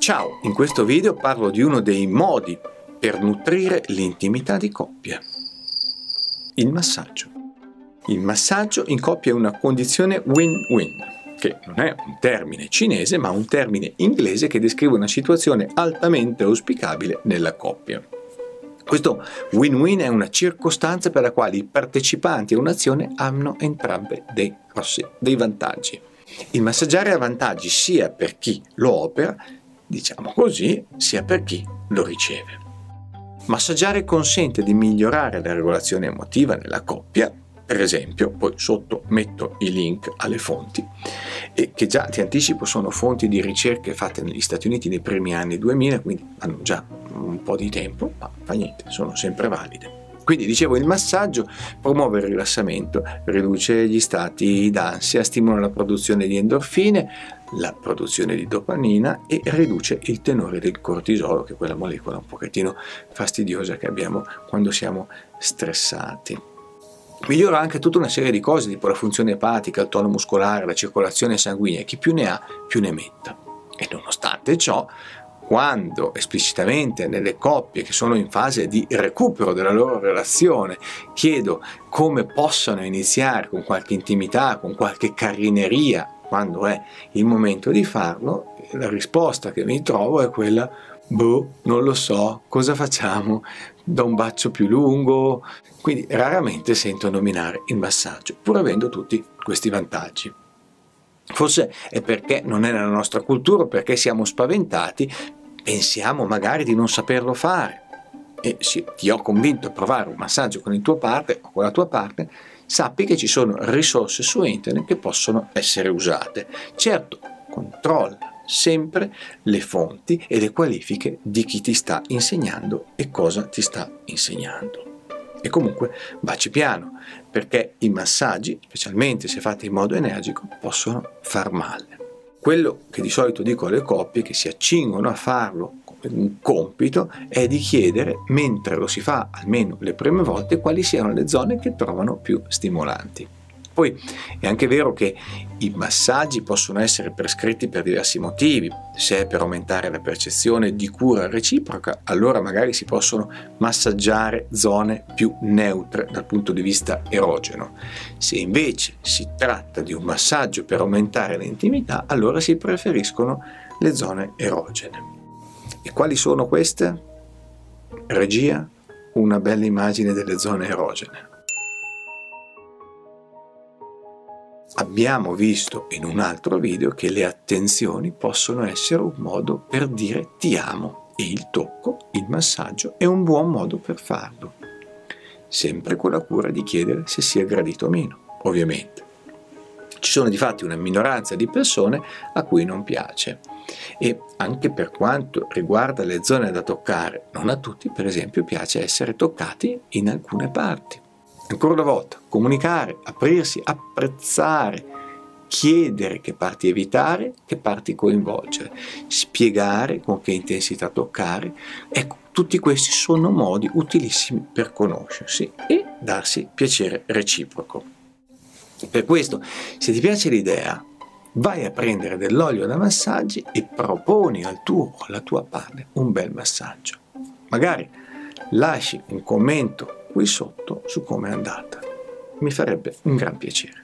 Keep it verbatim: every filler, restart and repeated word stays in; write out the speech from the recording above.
Ciao, in questo video parlo di uno dei modi per nutrire l'intimità di coppia. Il massaggio. Il massaggio in coppia è una condizione win-win, che non è un termine cinese ma un termine inglese che descrive una situazione altamente auspicabile nella coppia. Questo win-win è una circostanza per la quale i partecipanti a un'azione hanno entrambe dei grossi, dei vantaggi. Il massaggiare ha vantaggi sia per chi lo opera, diciamo così, sia per chi lo riceve. Massaggiare consente di migliorare la regolazione emotiva nella coppia, per esempio, poi sotto metto i link alle fonti, e che già ti anticipo sono fonti di ricerche fatte negli Stati Uniti nei primi anni duemila, quindi hanno già un po' di tempo, ma fa niente, sono sempre valide. Quindi dicevo, il massaggio promuove il rilassamento, riduce gli stati d'ansia, stimola la produzione di endorfine, la produzione di dopamina e riduce il tenore del cortisolo, che è quella molecola un pochettino fastidiosa che abbiamo quando siamo stressati. Migliora anche tutta una serie di cose, tipo la funzione epatica, il tono muscolare, la circolazione sanguigna, chi più ne ha più ne metta. E nonostante ciò, quando esplicitamente nelle coppie che sono in fase di recupero della loro relazione chiedo come possano iniziare con qualche intimità, con qualche carineria, quando è il momento di farlo, la risposta che mi trovo è quella: boh, non lo so, cosa facciamo? Do un bacio più lungo? Quindi raramente sento nominare il massaggio, pur avendo tutti questi vantaggi. Forse è perché non è nella nostra cultura, perché siamo spaventati, pensiamo magari di non saperlo fare. E se ti ho convinto a provare un massaggio con il tuo partner o con la tua partner, sappi che ci sono risorse su internet che possono essere usate. Certo, controlla sempre le fonti e le qualifiche di chi ti sta insegnando e cosa ti sta insegnando. E comunque baci piano, perché i massaggi, specialmente se fatti in modo energico, possono far male. Quello che di solito dico alle coppie che si accingono a farlo come un compito è di chiedere, mentre lo si fa almeno le prime volte, quali siano le zone che trovano più stimolanti. Poi è anche vero che i massaggi possono essere prescritti per diversi motivi. Se è per aumentare la percezione di cura reciproca, allora magari si possono massaggiare zone più neutre dal punto di vista erogeno. Se invece si tratta di un massaggio per aumentare l'intimità, allora si preferiscono le zone erogene. E quali sono queste? Regia, una bella immagine delle zone erogene. Abbiamo visto in un altro video che le attenzioni possono essere un modo per dire ti amo e il tocco, il massaggio è un buon modo per farlo, sempre con la cura di chiedere se sia gradito o meno, ovviamente. Ci sono difatti una minoranza di persone a cui non piace e anche per quanto riguarda le zone da toccare, non a tutti per esempio piace essere toccati in alcune parti. Ancora una volta, comunicare, aprirsi, apprezzare, chiedere che parti evitare, che parti coinvolgere, spiegare con che intensità toccare. Ecco, tutti questi sono modi utilissimi per conoscersi e darsi piacere reciproco. Per questo, se ti piace l'idea, vai a prendere dell'olio da massaggi e proponi al tuo o alla tua partner un bel massaggio. Magari lasci un commento qui sotto su come è andata. Mi farebbe un gran piacere.